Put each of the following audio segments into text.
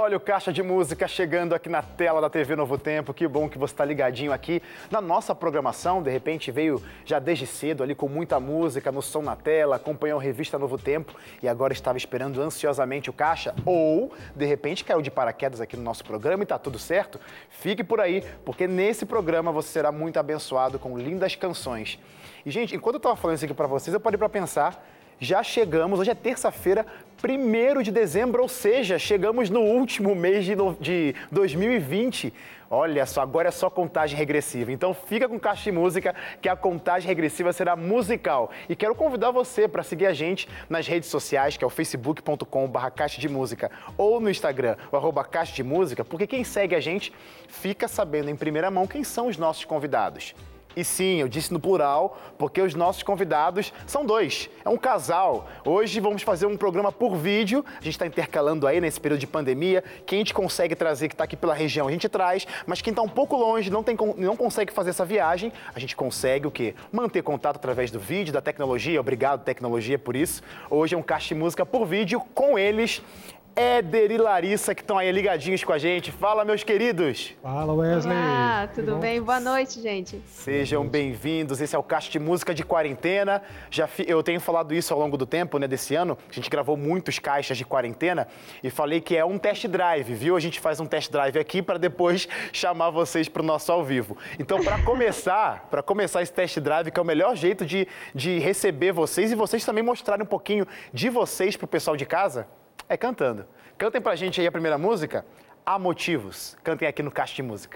Olha o Caixa de Música chegando aqui na tela da TV Novo Tempo. Que bom que você está ligadinho aqui na nossa programação. De repente veio já desde cedo ali com muita música, no som na tela, acompanhou a revista Novo Tempo e agora estava esperando ansiosamente o Caixa. Ou, de repente, caiu de paraquedas aqui no nosso programa e está tudo certo. Fique por aí, porque nesse programa você será muito abençoado com lindas canções. E, gente, enquanto eu estava falando isso aqui para vocês, eu parei para pensar... Já chegamos, hoje é terça-feira, 1º de dezembro, ou seja, chegamos no último mês de 2020. Olha só, agora é só contagem regressiva. Então fica com Caixa de Música, que a contagem regressiva será musical. E quero convidar você para seguir a gente nas redes sociais, que é o facebook.com/Caixa de Música, ou no Instagram, o @Caixa de Música, porque quem segue a gente fica sabendo em primeira mão quem são os nossos convidados. E sim, eu disse no plural, porque os nossos convidados são dois, é um casal. Hoje vamos fazer um programa por vídeo, a gente está intercalando aí nesse período de pandemia. Quem a gente consegue trazer, que está aqui pela região, a gente traz, mas quem está um pouco longe, não consegue fazer essa viagem, a gente consegue o quê? Manter contato através do vídeo, da tecnologia. Obrigado, tecnologia, por isso. Hoje é um Caixa de Música por vídeo com eles, Éder e Larissa, que estão aí ligadinhos com a gente. Fala, meus queridos! Fala, Wesley! Olá, tudo bem? Boa noite, gente. Sejam bem-vindos. Esse é o Caixa de Música de quarentena. Eu tenho falado isso ao longo do tempo, né, desse ano. A gente gravou muitos caixas de quarentena e falei que é um test drive, viu? A gente faz um test drive aqui para depois chamar vocês para o nosso ao vivo. Então, para começar esse test drive, que é o melhor jeito de receber vocês e vocês também mostrarem um pouquinho de vocês para o pessoal de casa, é cantando. Cantem pra gente aí a primeira música, Há Motivos. Cantem aqui no Caixa de Música.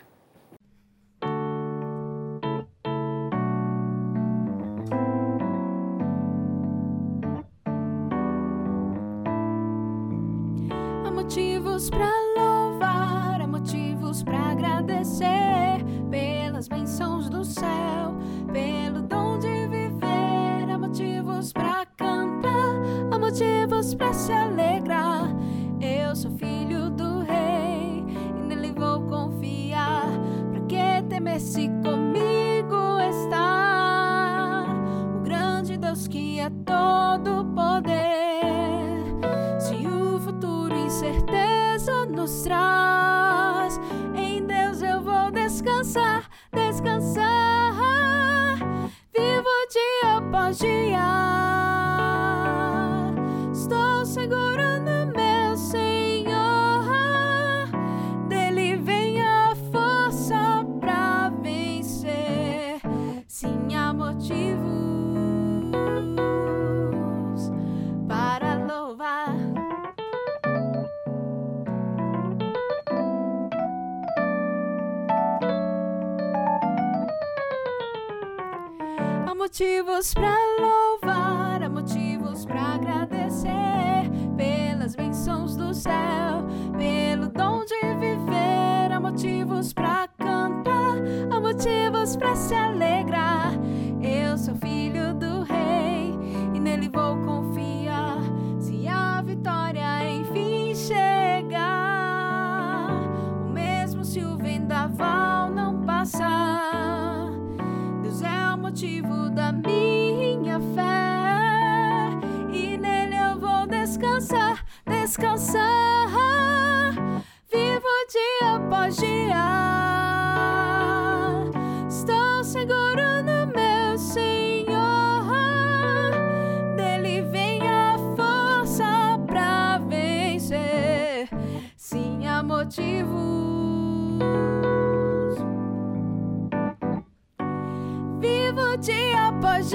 Há motivos pra louvar, há motivos pra agradecer pelas bênçãos do céu, pelo dom de viver. Há motivos pra cantar, há motivos pra se alegrar. Eu sou filho do rei e nele vou confiar. Pra que temer se comigo está o grande Deus que é todo poder? Se o futuro incerteza nos traz, em Deus eu vou descansar, descansar. Vivo dia após dia. Estou seguro no meu Senhor, dele vem a força pra vencer. Sim, há motivos para louvar. Há motivos pra louvar, há motivos pra agradecer pelas bênçãos do céu, pelo dom de viver. Há motivos pra cantar, há motivos pra se alegrar. Eu sou filho do rei e nele vou confiar. Se a vitória enfim chegar, o mesmo se o vendaval não passar, Deus é o motivo da minha fé e nele eu vou descansar, descansar. Vivo dia após dia. Estou seguro no meu Senhor, dele vem a força pra vencer. Sim, há motivos. Vivo dia após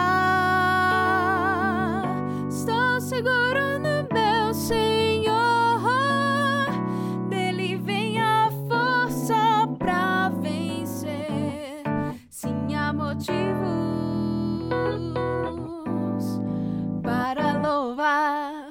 dia. Estou seguro no meu Senhor, dele vem a força pra vencer. Sim, há motivos para louvar.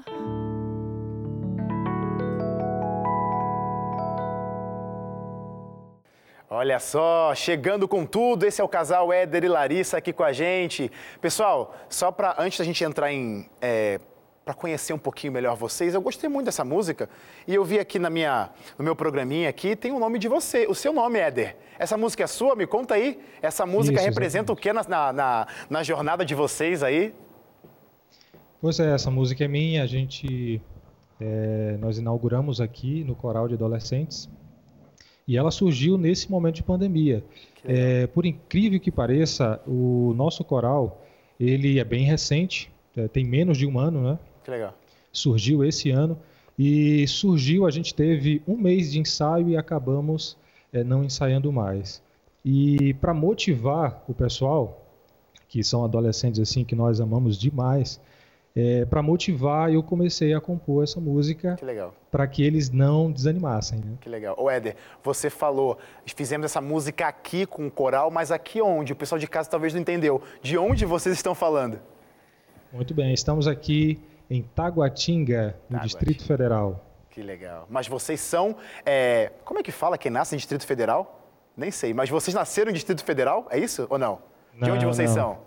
Olha só, chegando com tudo, esse é o casal Éder e Larissa aqui com a gente. Pessoal, só antes da gente entrar para conhecer um pouquinho melhor vocês, eu gostei muito dessa música e eu vi aqui no meu programinha aqui, tem o nome de você, o seu nome, Éder. Essa música é sua? Me conta aí. Essa música representa o que na jornada de vocês aí? Pois é, essa música é minha, a gente Nós inauguramos aqui no Coral de Adolescentes e ela surgiu nesse momento de pandemia. Por incrível que pareça, o nosso coral ele é bem recente, tem menos de um ano, né? Que legal. Surgiu esse ano e a gente teve um mês de ensaio e acabamos não ensaiando mais. E para motivar o pessoal, que são adolescentes assim que nós amamos demais, para motivar eu comecei a compor essa música para que eles não desanimassem. Né? Que legal. Ô Éder, você falou, fizemos essa música aqui com o coral, mas aqui onde? O pessoal de casa talvez não entendeu. De onde vocês estão falando? Muito bem, estamos aqui em Taguatinga, no Distrito Federal. Que legal. Mas vocês são, como é que fala quem nasce em Distrito Federal? Nem sei, mas vocês nasceram em Distrito Federal, é isso ou não? De onde vocês são?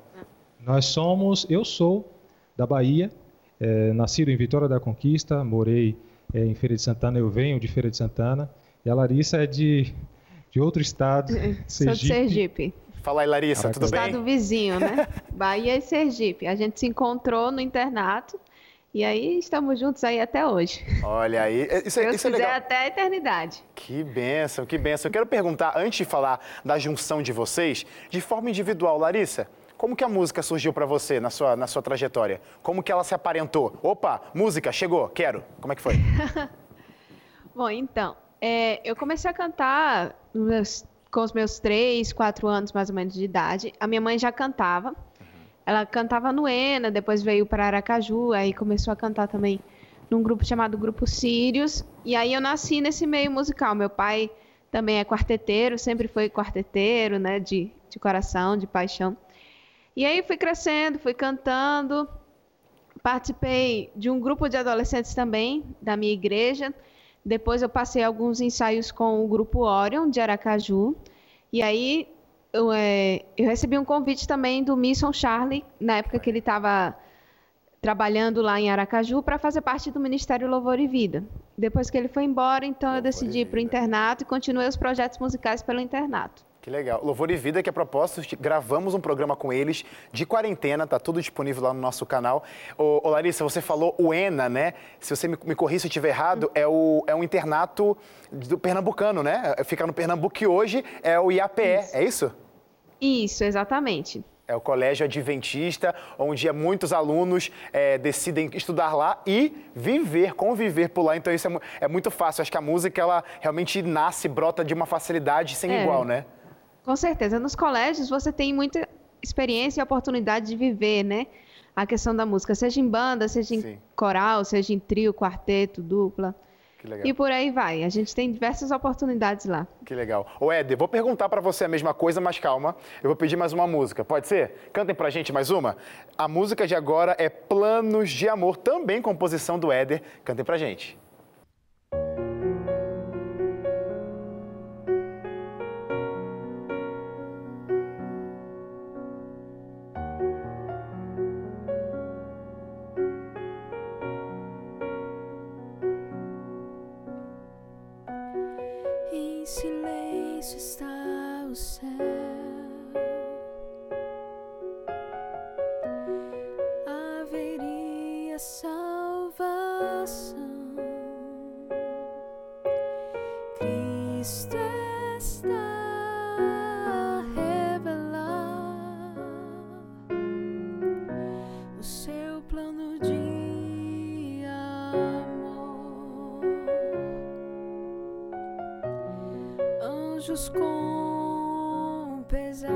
Eu sou da Bahia, nascido em Vitória da Conquista, morei em Feira de Santana, eu venho de Feira de Santana, e a Larissa é de outro estado, Sergipe. Sou de Sergipe. Fala aí, Larissa, tudo bem? Estado vizinho, né? Bahia e Sergipe. A gente se encontrou no internato e aí estamos juntos aí até hoje. Olha aí, isso é legal. Até a eternidade. Que bênção, que bênção. Eu quero perguntar, antes de falar da junção de vocês, de forma individual, Larissa, como que a música surgiu para você na sua trajetória? Como que ela se aparentou? Opa, música, chegou, quero. Como é que foi? Bom, então, eu comecei a cantar com os meus 3, 4 anos mais ou menos de idade. A minha mãe já cantava. Ela cantava no ENA, depois veio para Aracaju, aí começou a cantar também num grupo chamado Grupo Sírios. E aí eu nasci nesse meio musical. Meu pai também é quarteteiro, sempre foi quarteteiro, né, de coração, de paixão. E aí fui crescendo, fui cantando, participei de um grupo de adolescentes também, da minha igreja. Depois eu passei alguns ensaios com o Grupo Orion, de Aracaju. E aí eu recebi um convite também do Misson Charlie, na época que ele estava trabalhando lá em Aracaju, para fazer parte do Ministério Louvor e Vida. Depois que ele foi embora, então eu decidi ir para o internato e continuei os projetos musicais pelo internato. Que legal. Louvor e Vida, que a propósito, gravamos um programa com eles de quarentena, tá tudo disponível lá no nosso canal. Ô Larissa, você falou o ENA, né? Se você me corrija se eu estiver errado, é um internato do pernambucano, né? Fica no Pernambuco, que hoje é o IAPE, é isso? Isso, exatamente. É o Colégio Adventista, onde muitos alunos decidem estudar lá e conviver por lá. Então isso é muito fácil. Acho que a música, ela realmente nasce, brota de uma facilidade sem igual, né? Com certeza. Nos colégios você tem muita experiência e oportunidade de viver, né? A questão da música, seja em banda, seja em coral, seja em trio, quarteto, dupla. Que legal. E por aí vai. A gente tem diversas oportunidades lá. Que legal. Ô Éder, vou perguntar pra você a mesma coisa, mas calma. Eu vou pedir mais uma música. Pode ser? Cantem pra gente mais uma. A música de agora é Planos de Amor, também composição do Éder. Cantem pra gente. Em silêncio está o céu, haveria salvação. Cristo está a revelar o seu plano de amor. Anjos com pesar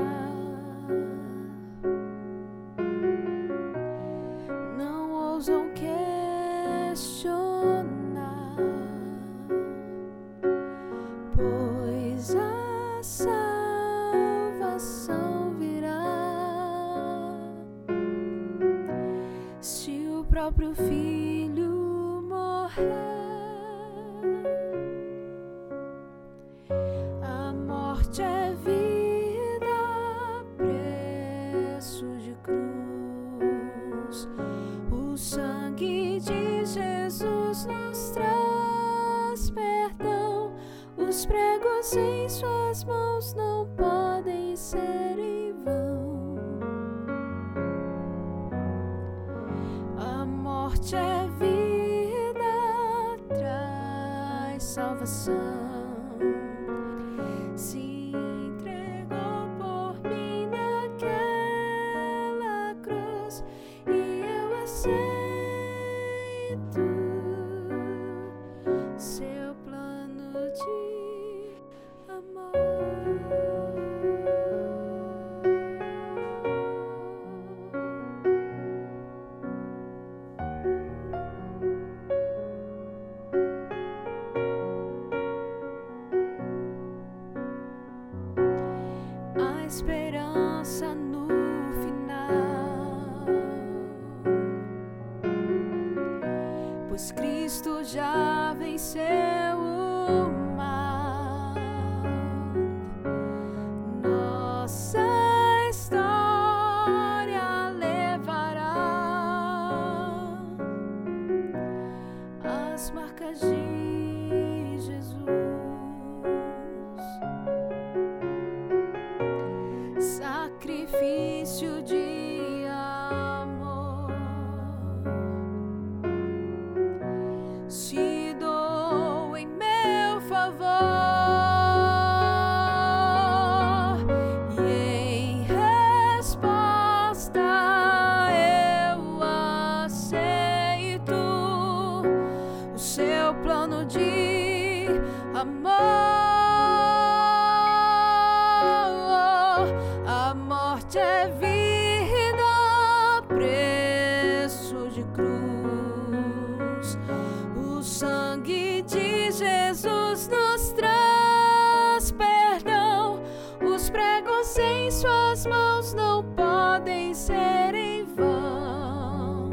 não ousam questionar, pois a salvação virá se o próprio Filho morrer. A morte é vida, preço de cruz. O sangue de Jesus nos traz perdão. Os pregos em suas mãos não podem ser em vão. A morte é vida, salvação. Se entregou por mim naquela cruz e eu aceito seu plano de amor. A esperança no final, pois Cristo já venceu o mal. Nossa história levará as marcas de Jesus. Sacrifício de amor se doou em meu favor, e em resposta eu aceito o seu plano de amor. A morte é vida, preço de cruz. O sangue de Jesus nos traz perdão. Os pregos em suas mãos não podem ser em vão.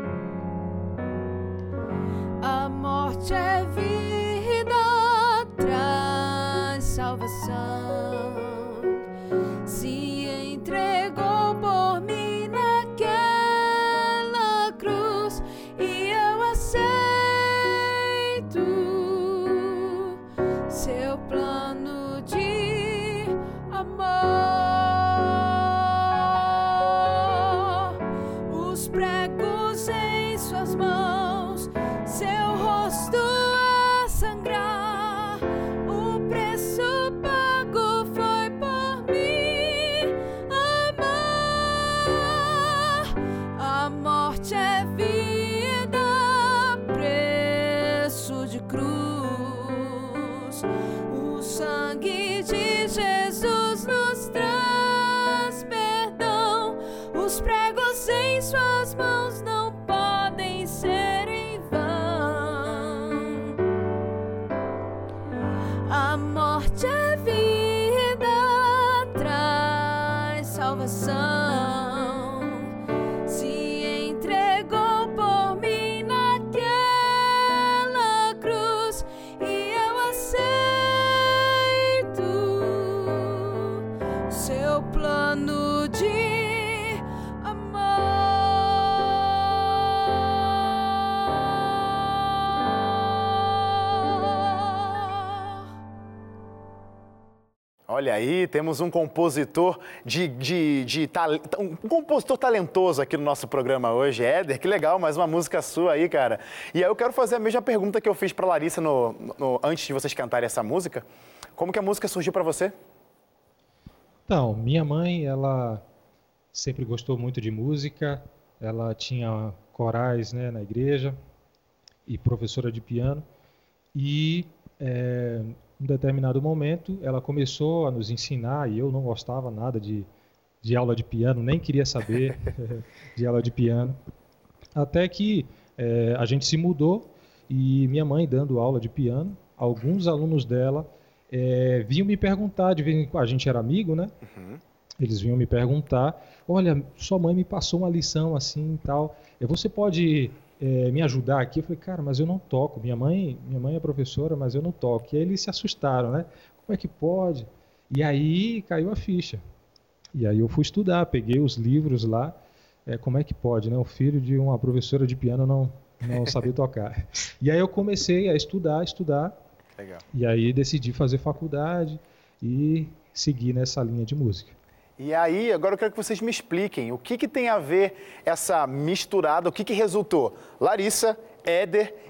A morte é vida, traz salvação. Se entregou por mim naquela cruz e eu aceito seu plano de amor. Os pregos em suas mãos, seu rosto a sangrar, o preço pago foi por mim. Amar, a morte é vida, preço de cruz. O sangue de Jesus nos traz perdão. Os pregos em suas mãos não podem ser em vão. A morte é vida, traz salvação. Se entregou por mim naquela cruz e eu aceito seu plano de amor. Olha aí, temos um compositor um compositor talentoso aqui no nosso programa hoje, Éder. Que legal, mais uma música sua aí, cara. E aí eu quero fazer a mesma pergunta que eu fiz para Larissa antes de vocês cantarem essa música. Como que a música surgiu para você? Então, minha mãe, ela sempre gostou muito de música, ela tinha corais, né, na igreja e professora de piano. E em um determinado momento ela começou a nos ensinar, e eu não gostava nada de aula de piano, nem queria saber de aula de piano. Até que a gente se mudou e minha mãe dando aula de piano, alguns alunos dela vinham me perguntar, de vez em quando, a gente era amigo, né? Uhum. Eles vinham me perguntar, olha, sua mãe me passou uma lição assim e tal, você pode me ajudar aqui? Eu falei, cara, mas eu não toco, minha mãe é professora, mas eu não toco. E aí eles se assustaram, né? Como é que pode? E aí caiu a ficha. E aí eu fui estudar, peguei os livros lá, como é que pode, né? O filho de uma professora de piano não saber tocar. E aí eu comecei a estudar. Legal. E aí decidi fazer faculdade e seguir nessa linha de música. E aí, agora eu quero que vocês me expliquem o que tem a ver essa misturada, o que resultou? Larissa, Éder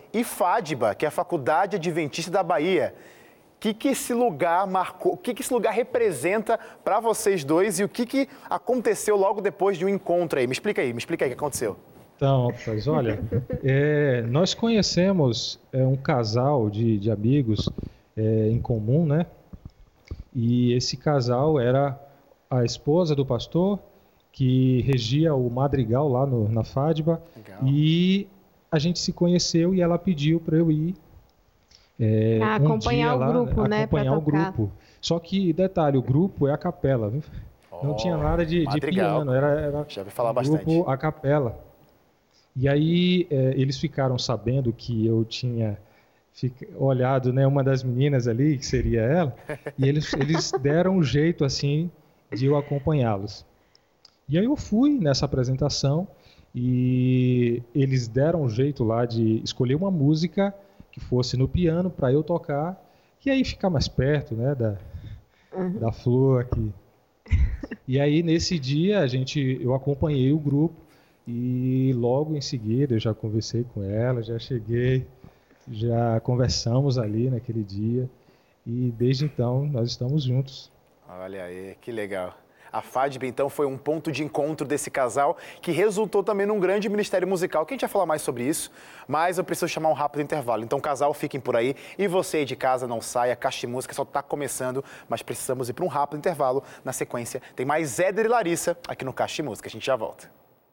e FADBA, que é a Faculdade Adventista da Bahia. O que esse lugar marcou, o que esse lugar representa para vocês dois e o que aconteceu logo depois de um encontro aí? Me explica aí o que aconteceu. Então, rapaz, olha, nós conhecemos um casal de amigos em comum, né? E esse casal era a esposa do pastor, que regia o madrigal lá na FADBA. Legal. E a gente se conheceu e ela pediu para eu ir acompanhar o grupo, né? Acompanhar o grupo. Só que, detalhe, o grupo é a capela, viu? Não tinha nada de piano, era já ouvi falar grupo bastante. a capela. E aí eles ficaram sabendo que eu tinha olhado, né, uma das meninas ali, que seria ela, e eles deram um jeito assim de eu acompanhá-los. E aí eu fui nessa apresentação e eles deram um jeito lá de escolher uma música que fosse no piano para eu tocar e aí ficar mais perto, né, da flor aqui. E aí nesse dia eu acompanhei o grupo e logo em seguida eu já conversei com ela, já cheguei, já conversamos ali naquele dia e desde então nós estamos juntos. Olha aí, que legal. A FADBA, então, foi um ponto de encontro desse casal que resultou também num grande ministério musical, que a gente vai falar mais sobre isso, mas eu preciso chamar um rápido intervalo. Então, casal, fiquem por aí e você aí de casa não saia, Caixa de Música só está começando, mas precisamos ir para um rápido intervalo. Na sequência, tem mais Éder e Larissa aqui no Caixa de Música. A gente já volta.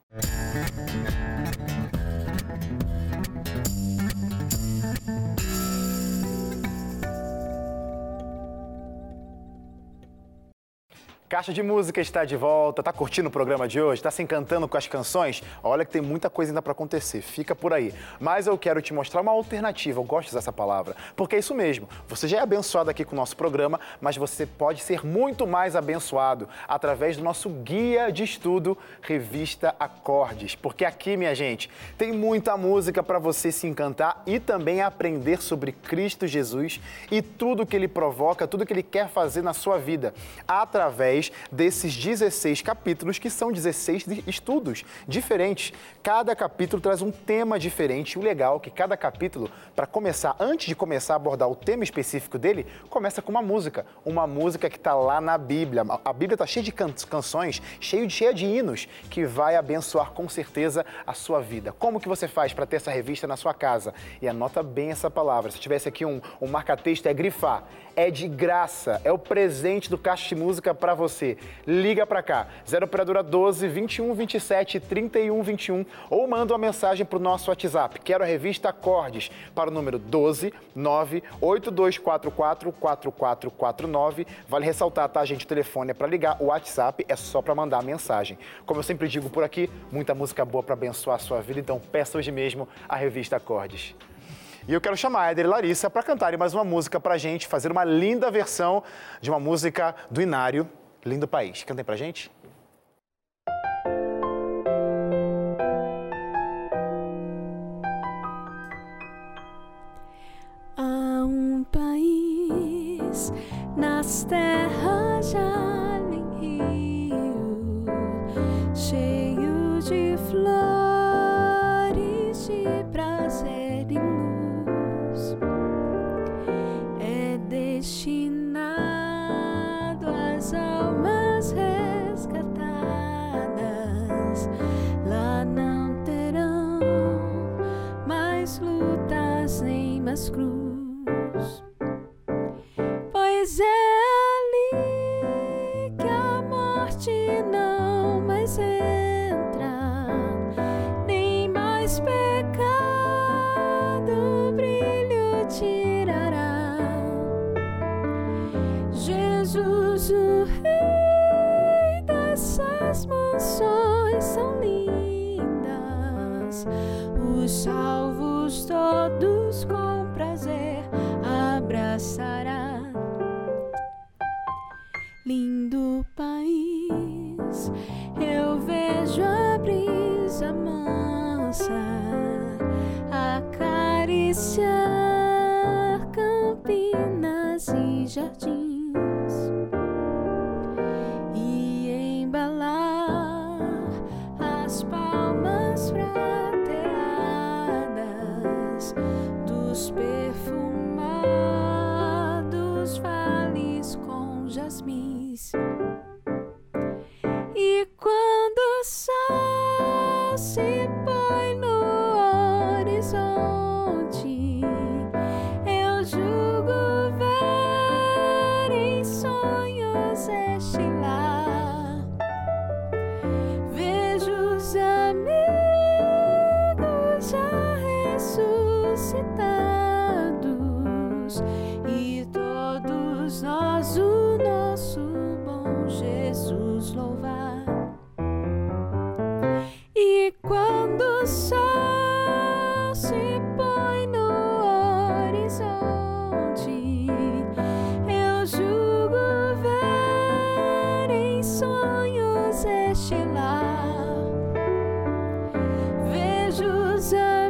Caixa de Música está de volta, tá curtindo o programa de hoje? Tá se encantando com as canções? Olha que tem muita coisa ainda para acontecer, fica por aí. Mas eu quero te mostrar uma alternativa, eu gosto dessa palavra, porque é isso mesmo, você já é abençoado aqui com o nosso programa, mas você pode ser muito mais abençoado através do nosso guia de estudo, Revista Acordes. Porque aqui, minha gente, tem muita música para você se encantar e também aprender sobre Cristo Jesus e tudo que Ele provoca, tudo que Ele quer fazer na sua vida, através desses 16 capítulos, que são 16 estudos diferentes. Cada capítulo traz um tema diferente. O legal é que cada capítulo, para começar, antes de começar a abordar o tema específico dele, começa com uma música que está lá na Bíblia. A Bíblia está cheia de canções, cheia de hinos, que vai abençoar com certeza a sua vida. Como que você faz para ter essa revista na sua casa? E anota bem essa palavra. Se tivesse aqui um marca-texto, é grifar. É de graça, é o presente do Caixa de Música para você. Liga para cá, 0 operadora 12 21 27 31 21 ou manda uma mensagem para o nosso WhatsApp. Quero a revista Acordes para o número 12 9 8244 4449. Vale ressaltar, tá, gente? O telefone é para ligar, o WhatsApp é só para mandar mensagem. Como eu sempre digo por aqui, muita música boa para abençoar a sua vida, então peça hoje mesmo a revista Acordes. E eu quero chamar a Éder e Larissa para cantarem mais uma música para a gente, fazer uma linda versão de uma música do Inário, Lindo País. Cantem para a gente? Há um país nas terras de água em rio, cheio de flores, de prazer e luz. É destinado às almas resgatadas. Lá não terão mais lutas nem mais cruz, pois é ali que a morte não mais entra, nem mais pecado brilho tirará. Jesus, o Rei dessas mansões são lindas, os salvos todos com prazer abraçará. Lindo país, eu vejo a brisa mansa acariciar campinas e jardins e embalar as palmas prateadas se põe no horizonte, eu julgo ver em sonhos este lar. Vejo os amigos já ressuscitados e todos nós o nosso bom Jesus louvar. E quando o sol se põe no horizonte, eu julgo ver em sonhos este lar. Vejo os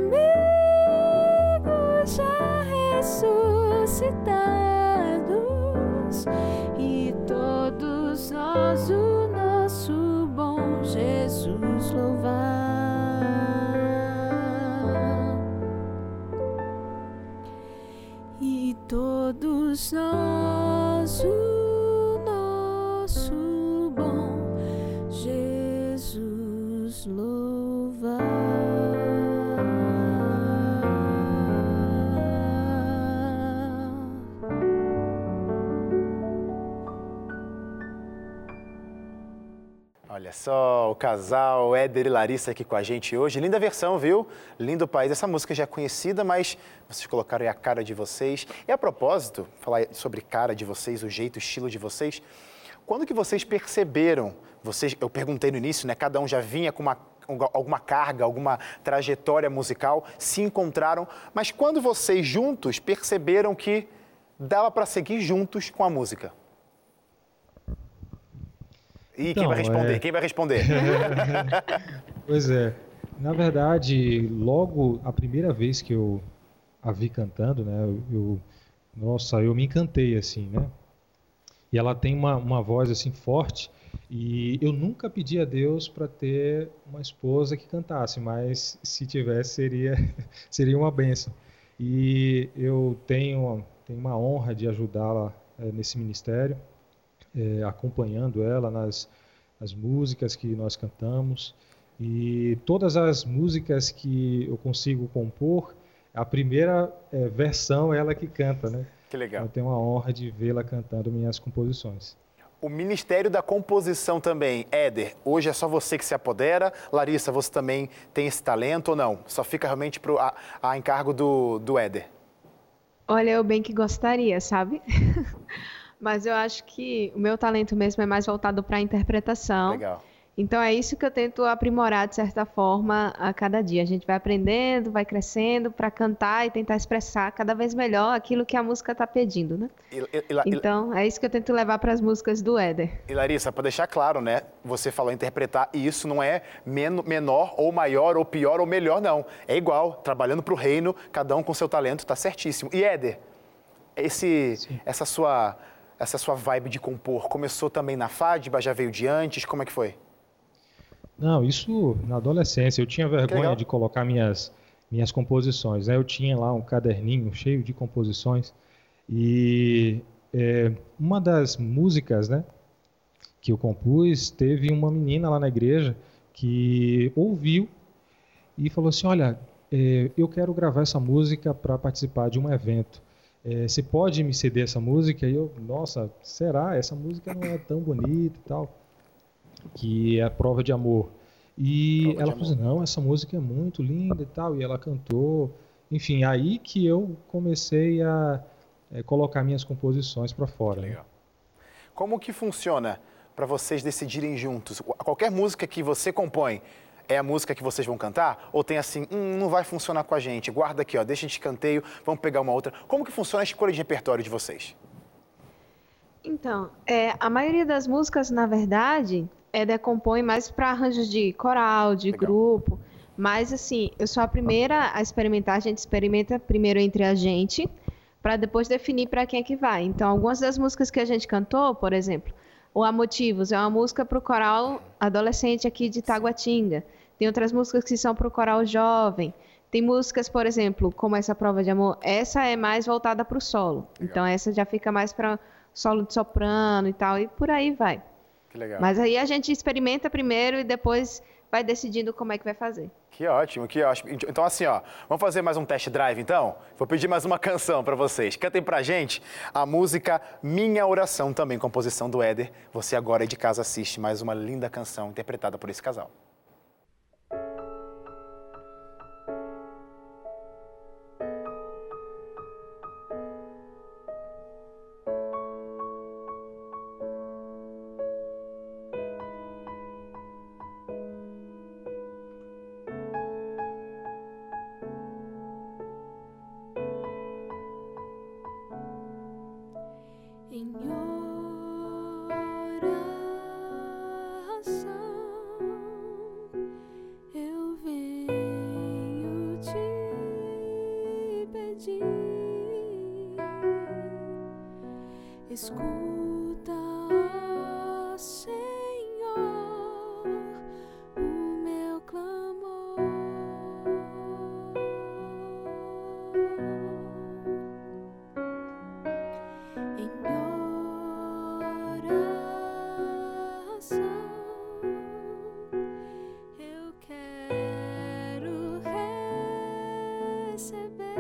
amigos já ressuscitados e todos nós o nosso bom Jesus louvar. E todos nós o nosso bom Jesus louvar. Olha só, o casal Éder e Larissa aqui com a gente hoje. Linda versão, viu? Lindo país. Essa música já é conhecida, mas vocês colocaram aí a cara de vocês. E a propósito, falar sobre cara de vocês, o jeito, o estilo de vocês. Quando que vocês perceberam? Eu perguntei no início, né? Cada um já vinha com alguma carga, alguma trajetória musical, se encontraram. Mas quando vocês juntos perceberam que dava para seguir juntos com a música? E Então, quem vai responder? Quem vai responder? Pois é. Na verdade, logo a primeira vez que eu a vi cantando, né? Nossa, eu me encantei, assim, né? E ela tem uma voz, assim, forte. E eu nunca pedi a Deus para ter uma esposa que cantasse, mas se tivesse, seria uma bênção. E eu tenho uma honra de ajudá-la nesse ministério. Acompanhando ela nas músicas que nós cantamos, e todas as músicas que eu consigo compor, a primeira versão é ela que canta, né? Que legal. Eu tenho a honra de vê-la cantando minhas composições. O Ministério da Composição também, Éder, hoje é só você que se apodera. Larissa, você também tem esse talento ou não? Só fica realmente a encargo do Éder? Olha, eu bem que gostaria, sabe? Mas eu acho que o meu talento mesmo é mais voltado para a interpretação. Legal. Então é isso que eu tento aprimorar, de certa forma, a cada dia. A gente vai aprendendo, vai crescendo para cantar e tentar expressar cada vez melhor aquilo que a música está pedindo, né? Então é isso que eu tento levar para as músicas do Éder. E Larissa, para deixar claro, né? Você falou interpretar, e isso não é menor ou maior ou pior ou melhor, não. É igual, trabalhando para o reino, cada um com seu talento, tá certíssimo. E Éder, essa sua vibe de compor começou também na FADBA, já veio de antes? Como é que foi? Não, isso na adolescência. Eu tinha vergonha de colocar minhas composições, né? Eu tinha lá um caderninho cheio de composições e uma das músicas, né, que eu compus, teve uma menina lá na igreja que ouviu e falou assim, olha, eu quero gravar essa música para participar de um evento. Você pode me ceder essa música? E eu, nossa, será? Essa música não é tão bonita e tal, que é a Prova de Amor. E ela falou assim, não, essa música é muito linda e tal, e ela cantou. Enfim, aí que eu comecei a colocar minhas composições para fora. Legal. Né? Como que funciona para vocês decidirem juntos? Qualquer música que você compõe, é a música que vocês vão cantar? Ou tem assim, não vai funcionar com a gente, guarda aqui, ó, deixa de canteio, vamos pegar uma outra. Como que funciona a escolha de repertório de vocês? Então, a maioria das músicas, na verdade, compõe mais para arranjos de coral, de grupo. Mas, assim, eu sou a primeira a experimentar, a gente experimenta primeiro entre a gente, para depois definir para quem é que vai. Então, algumas das músicas que a gente cantou, por exemplo, o Há Motivos é uma música para o coral adolescente aqui de Taguatinga. Tem outras músicas que são para o coral jovem. Tem músicas, por exemplo, como essa Prova de Amor, essa é mais voltada para o solo. Legal. Então, essa já fica mais para solo de soprano e tal, e por aí vai. Que legal. Mas aí a gente experimenta primeiro e depois vai decidindo como é que vai fazer. Que ótimo, que ótimo. Então assim, ó, vamos fazer mais um test drive então? Vou pedir mais uma canção para vocês. Cantem pra gente a música Minha Oração, também composição do Éder. Você agora aí de casa assiste mais uma linda canção interpretada por esse casal. Em oração eu venho te pedir, escuta, ó Senhor, o meu clamor. Em oração eu quero receber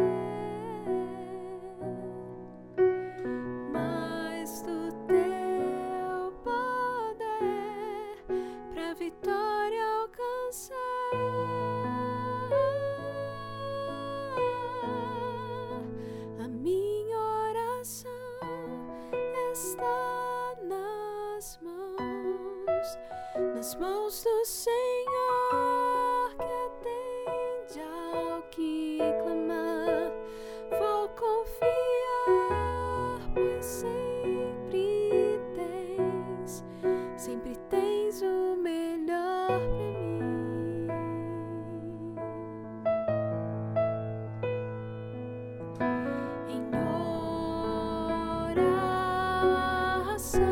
mais do teu poder pra vitória alcançar. A minha oração está nas mãos do Senhor, que atende ao que clamar. Vou confiar, pois sempre tens o melhor pra mim. Em oração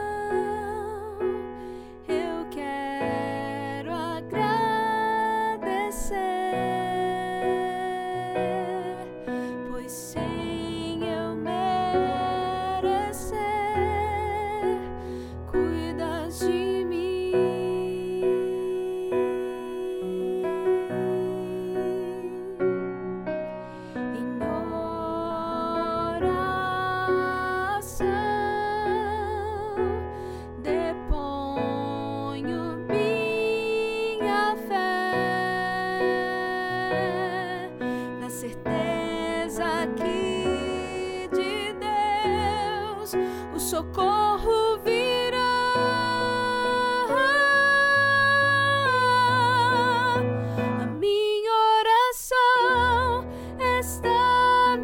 eu quero agradecer, pois sem eu merecer, cuidas de mim. Em oração deponho minha fé na certeza que de Deus o socorro virá. A minha oração está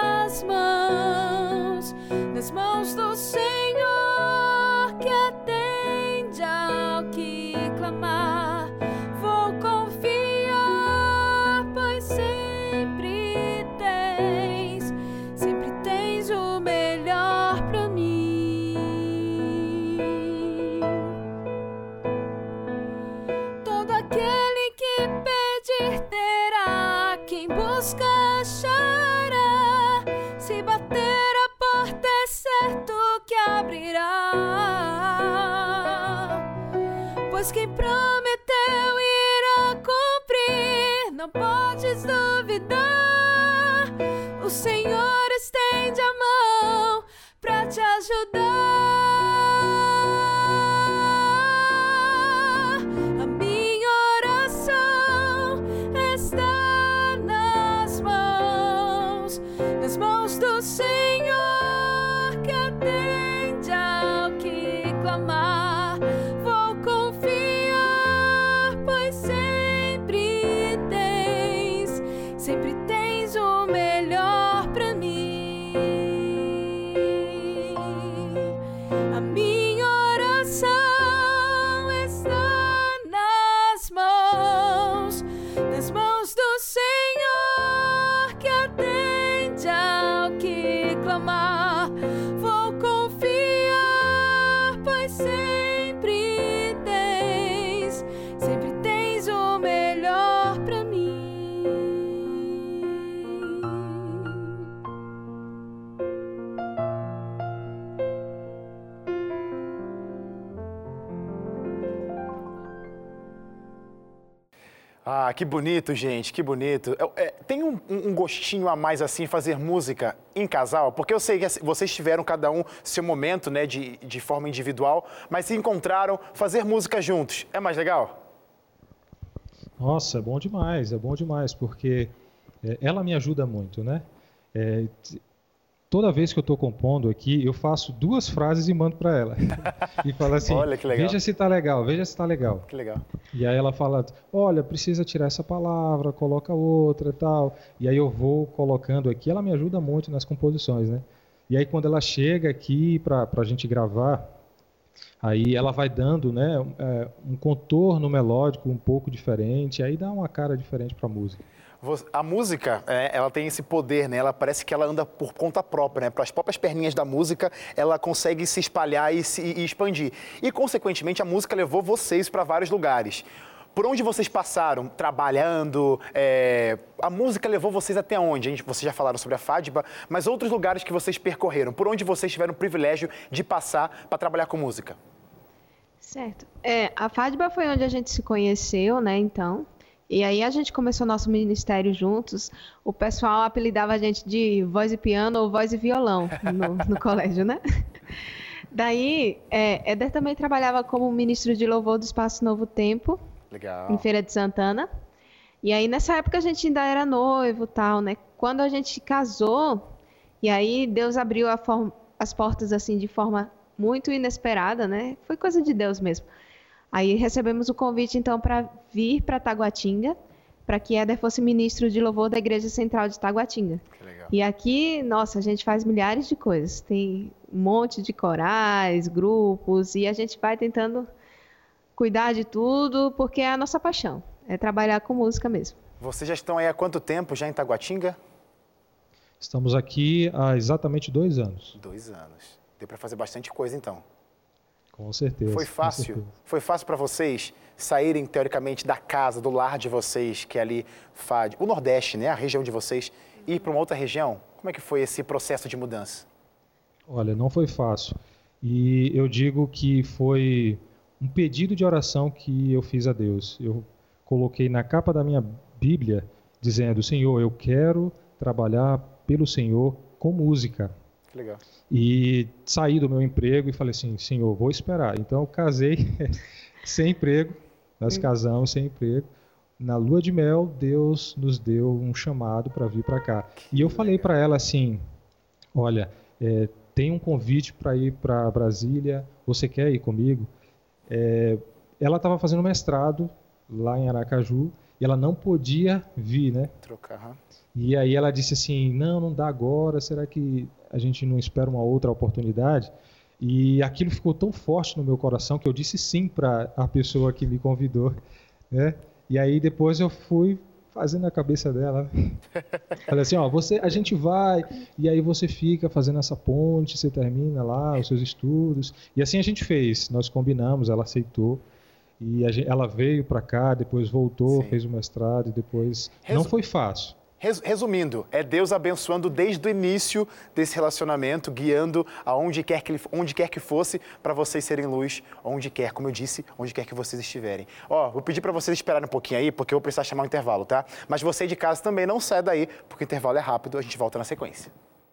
nas mãos do Senhor, que atende ao que clamar. Vou confiar, pois sempre tens o melhor pra mim. Todo aquele que pedir terá, quem busca achará, se bater a porta é certo que abrirá, pois quem prometeu irá cumprir, não podes duvidar. O Senhor estende a mão pra te ajudar. A minha oração está nas mãos do Senhor, que atende ao que clamar. Vou confiar, pois sempre tens o melhor pra mim. A minha oração está nas mãos do Senhor, que atende ao que clamar. Vou confiar, pois sempre tens o melhor pra mim. Ah, que bonito, gente, que bonito. Tem um gostinho a mais, assim, fazer música em casal? Porque eu sei que vocês tiveram cada um seu momento, né, de forma individual, mas se encontraram, fazer música juntos, é mais legal? Nossa, é bom demais, porque ela me ajuda muito, né? Toda vez que eu estou compondo aqui, eu faço 2 frases e mando para ela. E falo assim, olha, que legal. Veja se está legal, veja se está legal. Que legal. E aí ela fala, olha, precisa tirar essa palavra, coloca outra e tal. E aí eu vou colocando aqui, ela me ajuda muito nas composições, né? E aí quando ela chega aqui para a gente gravar, aí ela vai dando, né, um contorno melódico um pouco diferente, aí dá uma cara diferente para a música. A música, ela tem esse poder, né? Ela parece que ela anda por conta própria, né? Para as próprias perninhas da música, ela consegue se espalhar e expandir. E, consequentemente, a música levou vocês para vários lugares. Por onde vocês passaram trabalhando? A música levou vocês até onde? Vocês já falaram sobre a FADBA, mas outros lugares que vocês percorreram? Por onde vocês tiveram o privilégio de passar para trabalhar com música? Certo. A FADBA foi onde a gente se conheceu, né, então. E aí a gente começou nosso ministério juntos. O pessoal apelidava a gente de voz e piano ou voz e violão no colégio, né? Daí, Éder também trabalhava como ministro de louvor do Espaço Novo Tempo. Legal. Em Feira de Santana. E aí, nessa época, a gente ainda era noivo e tal, né? Quando a gente casou, e aí Deus abriu as portas, assim, de forma muito inesperada, né? Foi coisa de Deus mesmo. Aí recebemos o convite, então, para vir para Taguatinga, para que Éder fosse ministro de louvor da Igreja Central de Taguatinga. Que legal. E aqui, nossa, a gente faz milhares de coisas. Tem um monte de corais, grupos, e a gente vai tentando cuidar de tudo, porque é a nossa paixão. É trabalhar com música mesmo. Vocês já estão aí há quanto tempo já em Taguatinga? Estamos aqui há exatamente 2 anos. 2 anos. Deu para fazer bastante coisa, então. Com certeza. Foi fácil? Foi fácil para vocês saírem, teoricamente, da casa, do lar de vocês, que é ali o Nordeste, né? A região de vocês, e ir para uma outra região? Como é que foi esse processo de mudança? Olha, não foi fácil. E eu digo que foi um pedido de oração que eu fiz a Deus. Eu coloquei na capa da minha Bíblia, dizendo, Senhor, eu quero trabalhar pelo Senhor com música. Legal. E saí do meu emprego e falei assim, Senhor, vou esperar. Então eu casei sem emprego, nós casamos sem emprego. Na lua de mel, Deus nos deu um chamado para vir para cá. E eu falei para ela assim, olha, tem um convite para ir para Brasília, você quer ir comigo? Ela estava fazendo mestrado lá em Aracaju e ela não podia vir, né? Trocar. E aí ela disse assim, não dá agora, será que a gente não espera uma outra oportunidade? E aquilo ficou tão forte no meu coração que eu disse sim para a pessoa que me convidou, né? E aí depois eu fui fazendo a cabeça dela. Falei assim, a gente vai, e aí você fica fazendo essa ponte, você termina lá os seus estudos. E assim a gente fez, nós combinamos, ela aceitou. E ela veio para cá, depois voltou, fez o mestrado e depois... Não foi fácil. Resumindo, é Deus abençoando desde o início desse relacionamento, guiando onde quer que fosse, para vocês serem luz, onde quer, como eu disse, onde quer que vocês estiverem. Vou pedir para vocês esperarem um pouquinho aí, porque eu vou precisar chamar um intervalo, tá? Mas você de casa também não sai daí, porque o intervalo é rápido, a gente volta na sequência.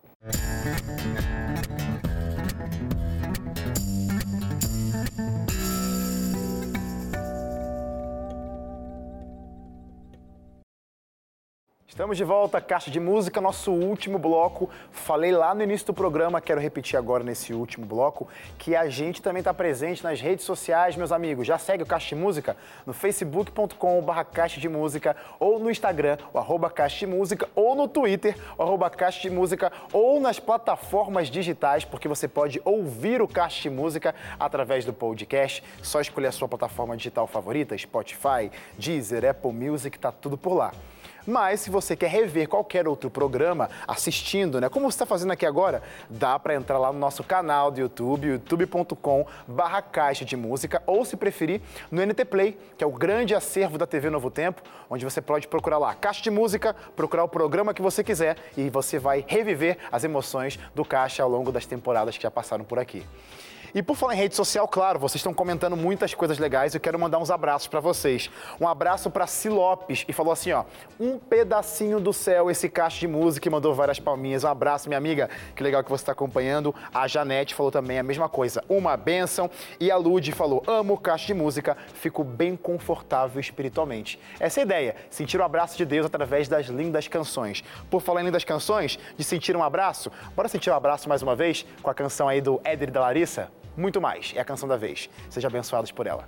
Estamos de volta, Caixa de Música, nosso último bloco. Falei lá no início do programa, quero repetir agora nesse último bloco, que a gente também está presente nas redes sociais, meus amigos. Já segue o Caixa de Música no facebook.com/Caixa de Música, ou no Instagram, o @Caixa de Música, ou no Twitter, o @Caixa de Música, ou nas plataformas digitais, porque você pode ouvir o Caixa de Música através do podcast. Só escolher a sua plataforma digital favorita, Spotify, Deezer, Apple Music, tá tudo por lá. Mas se você quer rever qualquer outro programa assistindo, né, como você está fazendo aqui agora, dá para entrar lá no nosso canal do YouTube, youtube.com/Caixa de Música, ou se preferir, no NT Play, que é o grande acervo da TV Novo Tempo, onde você pode procurar lá Caixa de Música, procurar o programa que você quiser e você vai reviver as emoções do Caixa ao longo das temporadas que já passaram por aqui. E por falar em rede social, claro, vocês estão comentando muitas coisas legais, eu quero mandar uns abraços para vocês. Um abraço para Si Lopes, e falou assim, ó, um pedacinho do céu, esse cacho de música, e mandou várias palminhas. Um abraço, minha amiga, que legal que você está acompanhando. A Janete falou também a mesma coisa, uma bênção. E a Lud falou, amo o cacho de música, fico bem confortável espiritualmente. Essa é a ideia, sentir o abraço de Deus através das lindas canções. Por falar em lindas canções, de sentir um abraço, bora sentir um abraço mais uma vez com a canção aí do Éder e da Larissa? Muito mais, é a canção da vez. Sejam abençoados por ela.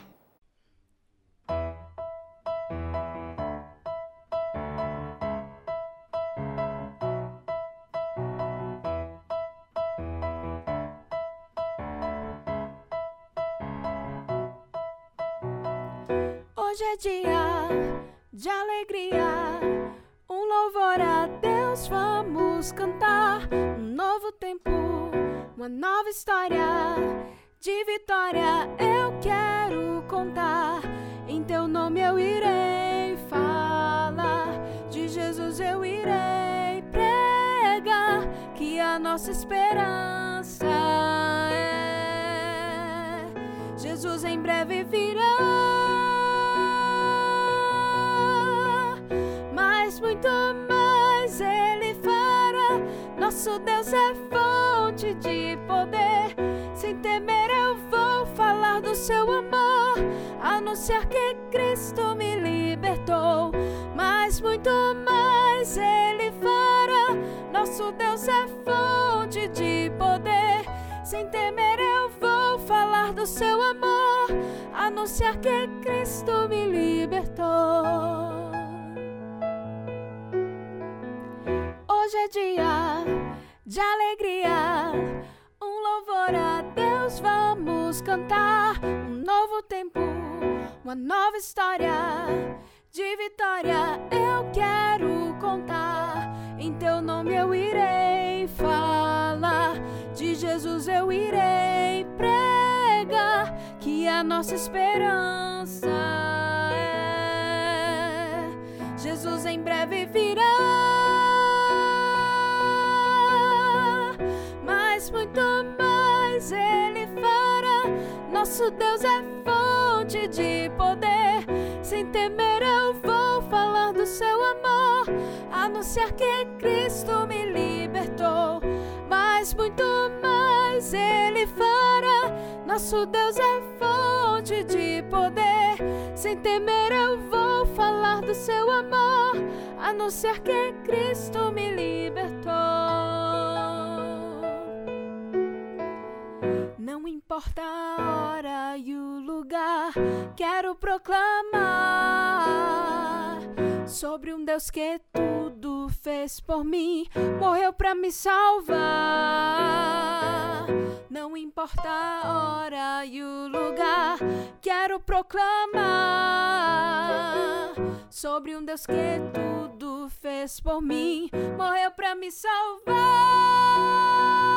Hoje é dia de alegria, um louvor a Deus vamos cantar. Um novo tempo, uma nova história, de vitória eu quero contar. Em teu nome eu irei falar, de Jesus eu irei pregar, que a nossa esperança é Jesus em breve virá. Muito mais Ele fará. Nosso Deus é fonte de poder. Sem temer eu vou falar do seu amor, anunciar que Cristo me libertou. Mas muito mais Ele fará. Nosso Deus é fonte de poder. Sem temer eu vou falar do seu amor, anunciar que Cristo me libertou. Hoje é dia de alegria, um louvor a Deus vamos cantar. Um novo tempo, uma nova história, de vitória eu quero contar. Em teu nome eu irei falar, de Jesus eu irei pregar, que a nossa esperança é Jesus em breve virá. Muito mais Ele fará. Nosso Deus é fonte de poder. Sem temer eu vou falar do seu amor, anunciar que Cristo me libertou. Mas muito mais Ele fará. Nosso Deus é fonte de poder. Sem temer eu vou falar do seu amor, anunciar que Cristo me libertou. Não importa a hora e o lugar, quero proclamar sobre um Deus que tudo fez por mim, morreu pra me salvar. Não importa a hora e o lugar, quero proclamar sobre um Deus que tudo fez por mim, morreu pra me salvar.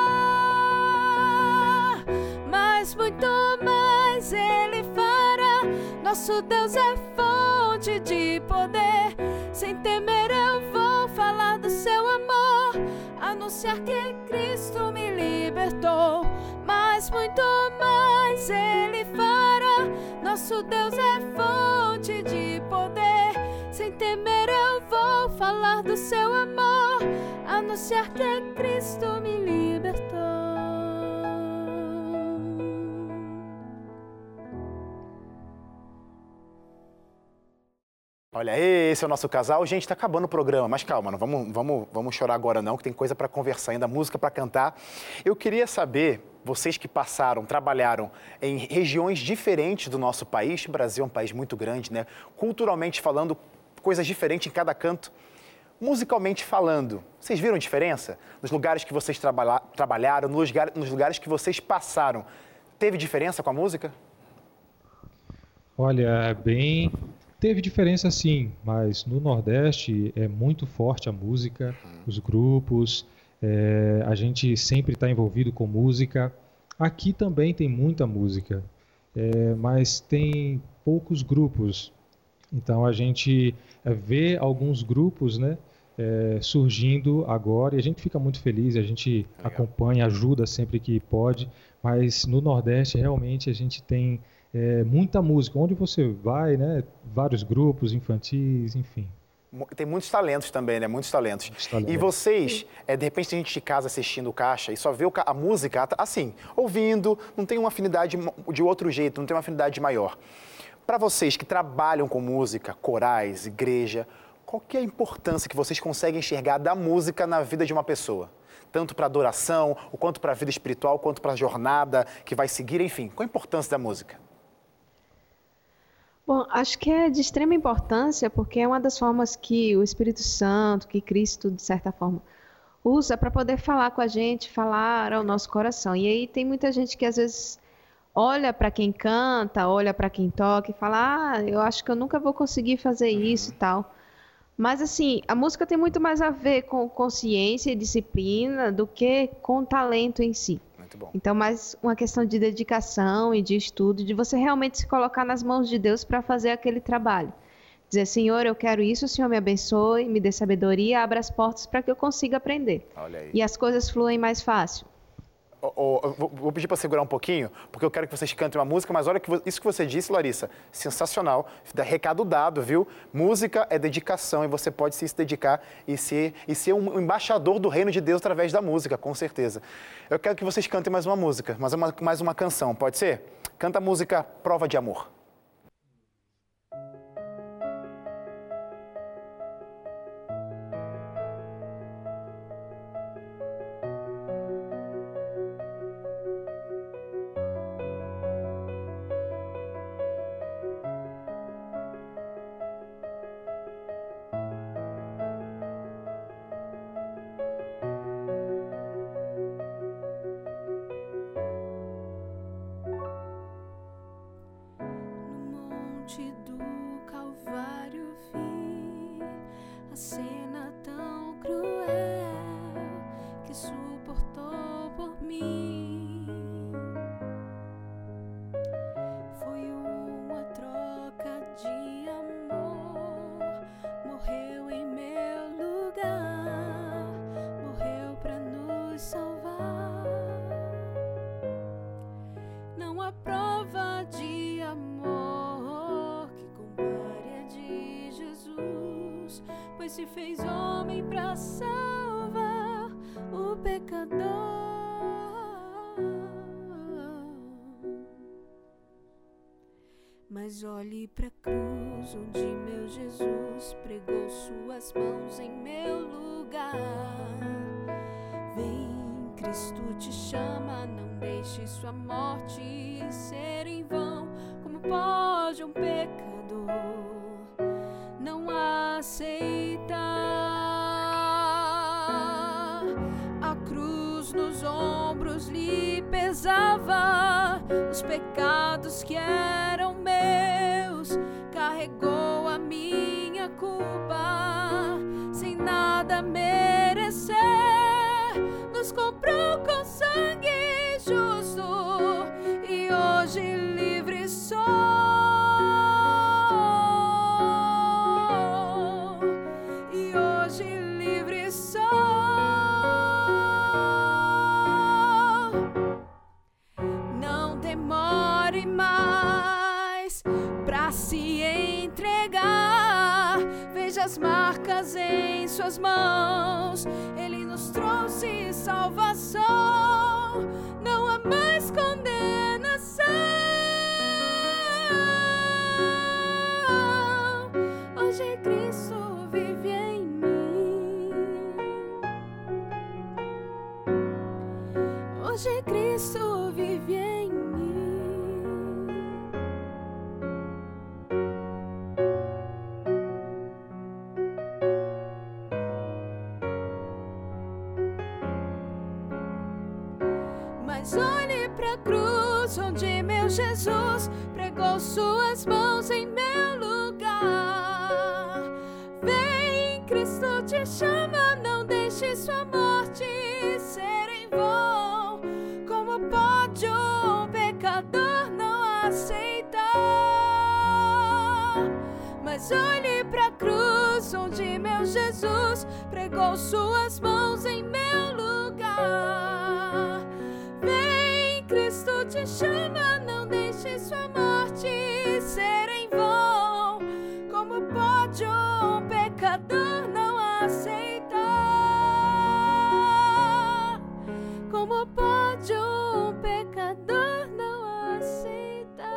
Mas muito mais Ele fará. Nosso Deus é fonte de poder. Sem temer eu vou falar do seu amor, anunciar que Cristo me libertou. Mas muito mais Ele fará. Nosso Deus é fonte de poder. Sem temer eu vou falar do seu amor, anunciar que Cristo me libertou. Olha, esse é o nosso casal. Gente, tá acabando o programa, mas calma, não vamos chorar agora não, que tem coisa para conversar ainda, música para cantar. Eu queria saber, vocês que passaram, trabalharam em regiões diferentes do nosso país, o Brasil é um país muito grande, né? Culturalmente falando, coisas diferentes em cada canto. Musicalmente falando, vocês viram diferença? Nos lugares que vocês trabalharam, nos lugares que vocês passaram, teve diferença com a música? Olha, teve diferença sim, mas no Nordeste é muito forte a música, os grupos, a gente sempre está envolvido com música. Aqui também tem muita música, mas tem poucos grupos. Então a gente vê alguns grupos, né, surgindo agora, e a gente fica muito feliz, a gente acompanha, ajuda sempre que pode, mas no Nordeste realmente a gente tem muita música. Onde você vai, né? Vários grupos infantis, enfim. Tem muitos talentos também, né? Muitos talentos. E vocês, de repente tem gente de casa assistindo o Caixa e só vê a música assim, ouvindo, não tem uma afinidade de outro jeito, não tem uma afinidade maior. Para vocês que trabalham com música, corais, igreja, qual que é a importância que vocês conseguem enxergar da música na vida de uma pessoa? Tanto para a adoração, quanto para a vida espiritual, quanto para a jornada que vai seguir, enfim. Qual a importância da música? Bom, acho que é de extrema importância porque é uma das formas que o Espírito Santo, que Cristo, de certa forma, usa para poder falar com a gente, falar ao nosso coração. E aí tem muita gente que às vezes olha para quem canta, olha para quem toca e fala, eu acho que eu nunca vou conseguir fazer isso e tal. Mas assim, a música tem muito mais a ver com consciência e disciplina do que com talento em si. Muito bom. Então, mais uma questão de dedicação e de estudo, de você realmente se colocar nas mãos de Deus para fazer aquele trabalho. Dizer, Senhor, eu quero isso, o Senhor me abençoe, me dê sabedoria, abra as portas para que eu consiga aprender. Olha aí. E as coisas fluem mais fácil. Vou pedir para segurar um pouquinho, porque eu quero que vocês cantem uma música, mas olha isso que você disse, Larissa, sensacional, recado dado, viu? Música é dedicação e você pode se dedicar e ser um embaixador do reino de Deus através da música, com certeza. Eu quero que vocês cantem mais uma música, mais uma canção, pode ser? Canta a música Prova de Amor. Do Calvário vi a cena tão cruel que suportou por mim. Foi uma troca de amor, morreu em meu lugar, morreu pra nos salvar. Não há prova de amor pois se fez homem para salvar o pecador. Mas olhe para a cruz onde meu Jesus pregou suas mãos em meu lugar. Vem, Cristo te chama, não deixe sua morte ser em vão. Como pode um pecador não aceitar a cruz nos ombros lhe pesava, os pecados que eram meus, carregou a minha culpa, sem nada merecer, nos comprou com sangue justo, e hoje livre sou. As marcas em suas mãos, Ele nos trouxe salvação, não há mais condenação. Hoje Cristo vive em mim, hoje Cristo vive em mim. Mas olhe pra cruz onde meu Jesus pregou suas mãos em meu lugar. Vem, Cristo te chama, não deixe sua morte ser em vão. Como pode um pecador não aceitar? Mas olhe pra cruz onde onde meu Jesus pregou suas mãos em meu lugar. Vem, Cristo te chama, não deixe sua morte ser em vão. Como pode um pecador não aceitar? Como pode um pecador não aceitar?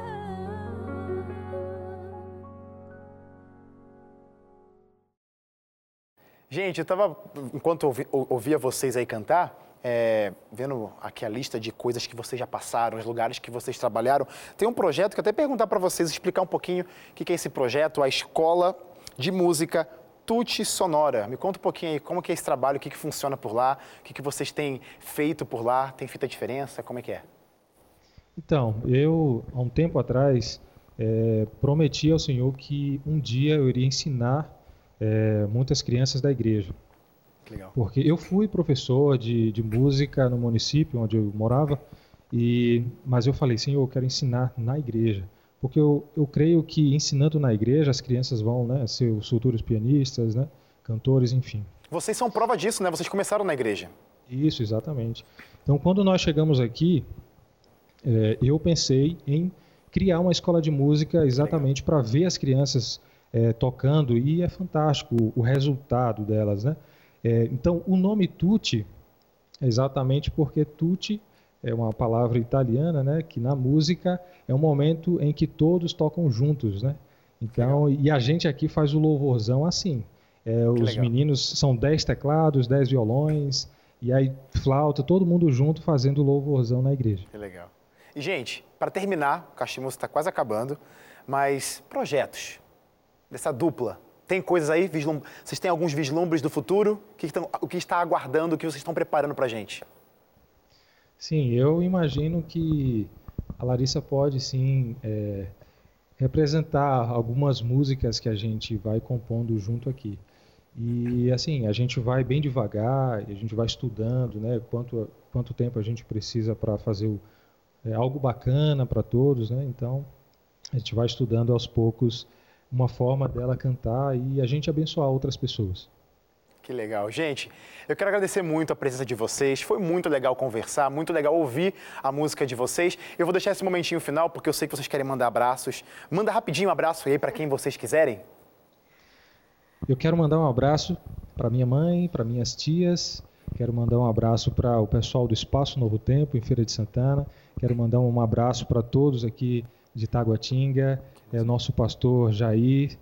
Gente, eu estava, enquanto ouvia vocês aí cantar, vendo aqui a lista de coisas que vocês já passaram, os lugares que vocês trabalharam. Tem um projeto que eu até perguntar para vocês, explicar um pouquinho o que é esse projeto, a Escola de Música Tutti Sonora. Me conta um pouquinho aí como que é esse trabalho, o que funciona por lá, o que vocês têm feito por lá, tem feito a diferença, como é que é? Então, eu, há um tempo atrás, prometi ao Senhor que um dia eu iria ensinar muitas crianças da igreja. Legal. Porque eu fui professor de música no município onde eu morava, mas eu falei, Senhor, eu quero ensinar na igreja. Porque eu creio que ensinando na igreja as crianças vão, né, ser os futuros pianistas, né, cantores, enfim. Vocês são prova disso, né? Vocês começaram na igreja. Isso, exatamente. Então, quando nós chegamos aqui, eu pensei em criar uma escola de música exatamente para ver as crianças tocando, e é fantástico o resultado delas, né? Então, o nome Tutti é exatamente porque Tutti é uma palavra italiana, né, que na música é um momento em que todos tocam juntos, né? Então, e a gente aqui faz o louvorzão assim. Os meninos são 10 teclados, 10 violões, e aí flauta, todo mundo junto fazendo o louvorzão na igreja. Que legal. E, gente, para terminar, o Caixa de Música está quase acabando, mas projetos dessa dupla. Tem coisas aí? Vocês têm alguns vislumbres do futuro? O que está aguardando, o que vocês estão preparando para a gente? Sim, eu imagino que a Larissa pode, sim, representar algumas músicas que a gente vai compondo junto aqui. E, assim, a gente vai bem devagar, a gente vai estudando, né, quanto tempo a gente precisa para fazer algo bacana para todos, né? Então, a gente vai estudando aos poucos uma forma dela cantar e a gente abençoar outras pessoas. Que legal. Gente, eu quero agradecer muito a presença de vocês. Foi muito legal conversar, muito legal ouvir a música de vocês. Eu vou deixar esse momentinho final, porque eu sei que vocês querem mandar abraços. Manda rapidinho um abraço aí para quem vocês quiserem. Eu quero mandar um abraço para minha mãe, para minhas tias. Quero mandar um abraço para o pessoal do Espaço Novo Tempo, em Feira de Santana. Quero mandar um abraço para todos aqui de Taguatinga. Nosso pastor Jair,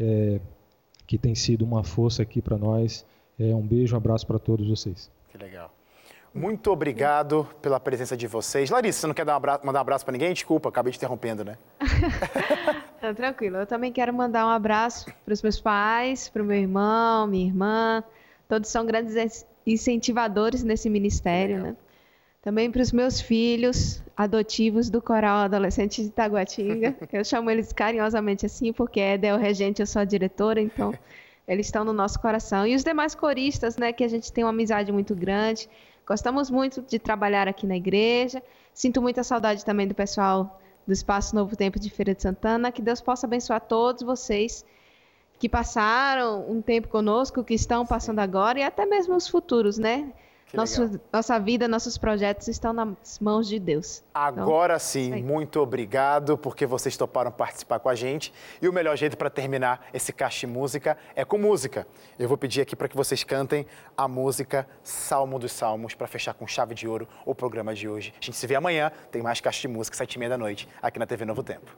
que tem sido uma força aqui para nós. Um beijo, um abraço para todos vocês. Que legal. Muito obrigado pela presença de vocês. Larissa, você não quer mandar um abraço para ninguém? Desculpa, acabei te interrompendo, né? Não, tranquilo. Eu também quero mandar um abraço para os meus pais, para o meu irmão, minha irmã. Todos são grandes incentivadores nesse ministério, né? Também para os meus filhos adotivos do Coral Adolescente de Taguatinga. Eu chamo eles carinhosamente assim, porque Éder é o regente, eu sou a diretora, então eles estão no nosso coração. E os demais coristas, né, que a gente tem uma amizade muito grande. Gostamos muito de trabalhar aqui na igreja. Sinto muita saudade também do pessoal do Espaço Novo Tempo de Feira de Santana. Que Deus possa abençoar todos vocês que passaram um tempo conosco, que estão passando agora e até mesmo os futuros, né? Nossa vida, nossos projetos estão nas mãos de Deus. Agora então, sim, muito obrigado porque vocês toparam participar com a gente. E o melhor jeito para terminar esse Caixa de Música é com música. Eu vou pedir aqui para que vocês cantem a música Salmo dos Salmos para fechar com chave de ouro o programa de hoje. A gente se vê amanhã, tem mais Caixa de Música, 7h30 da noite, aqui na TV Novo Tempo.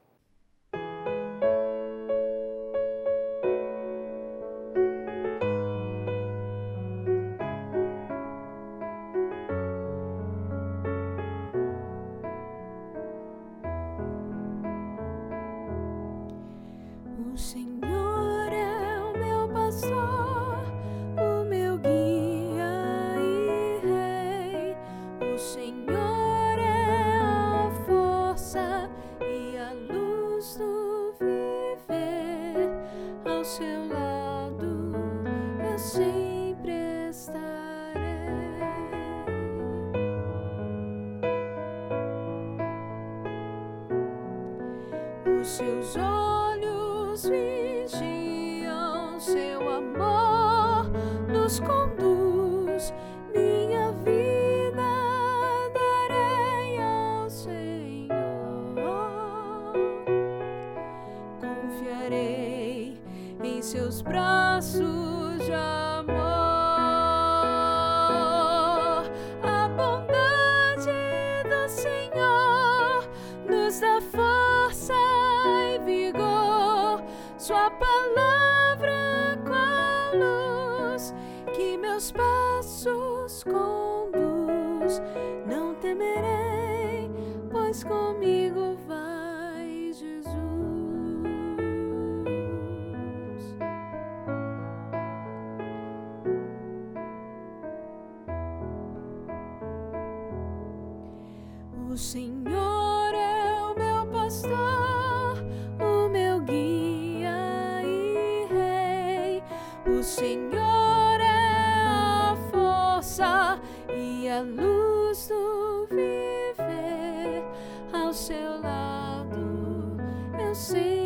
O Senhor é o meu pastor, o meu guia e rei. O Senhor é a força e a luz do viver. Ao seu lado eu sempre estarei. Os seus olhos vigiam passos conduz, minha vida darei ao Senhor. Confiarei em seus braços de amor. A bondade do Senhor nos dá força e vigor. Sua palavra qual luz que meus passos conduz. Não temerei, pois comigo vai Jesus. O Senhor é o meu pastor, o meu guia e rei. O Senhor é a força e a luz do viver. Ao seu lado eu sempre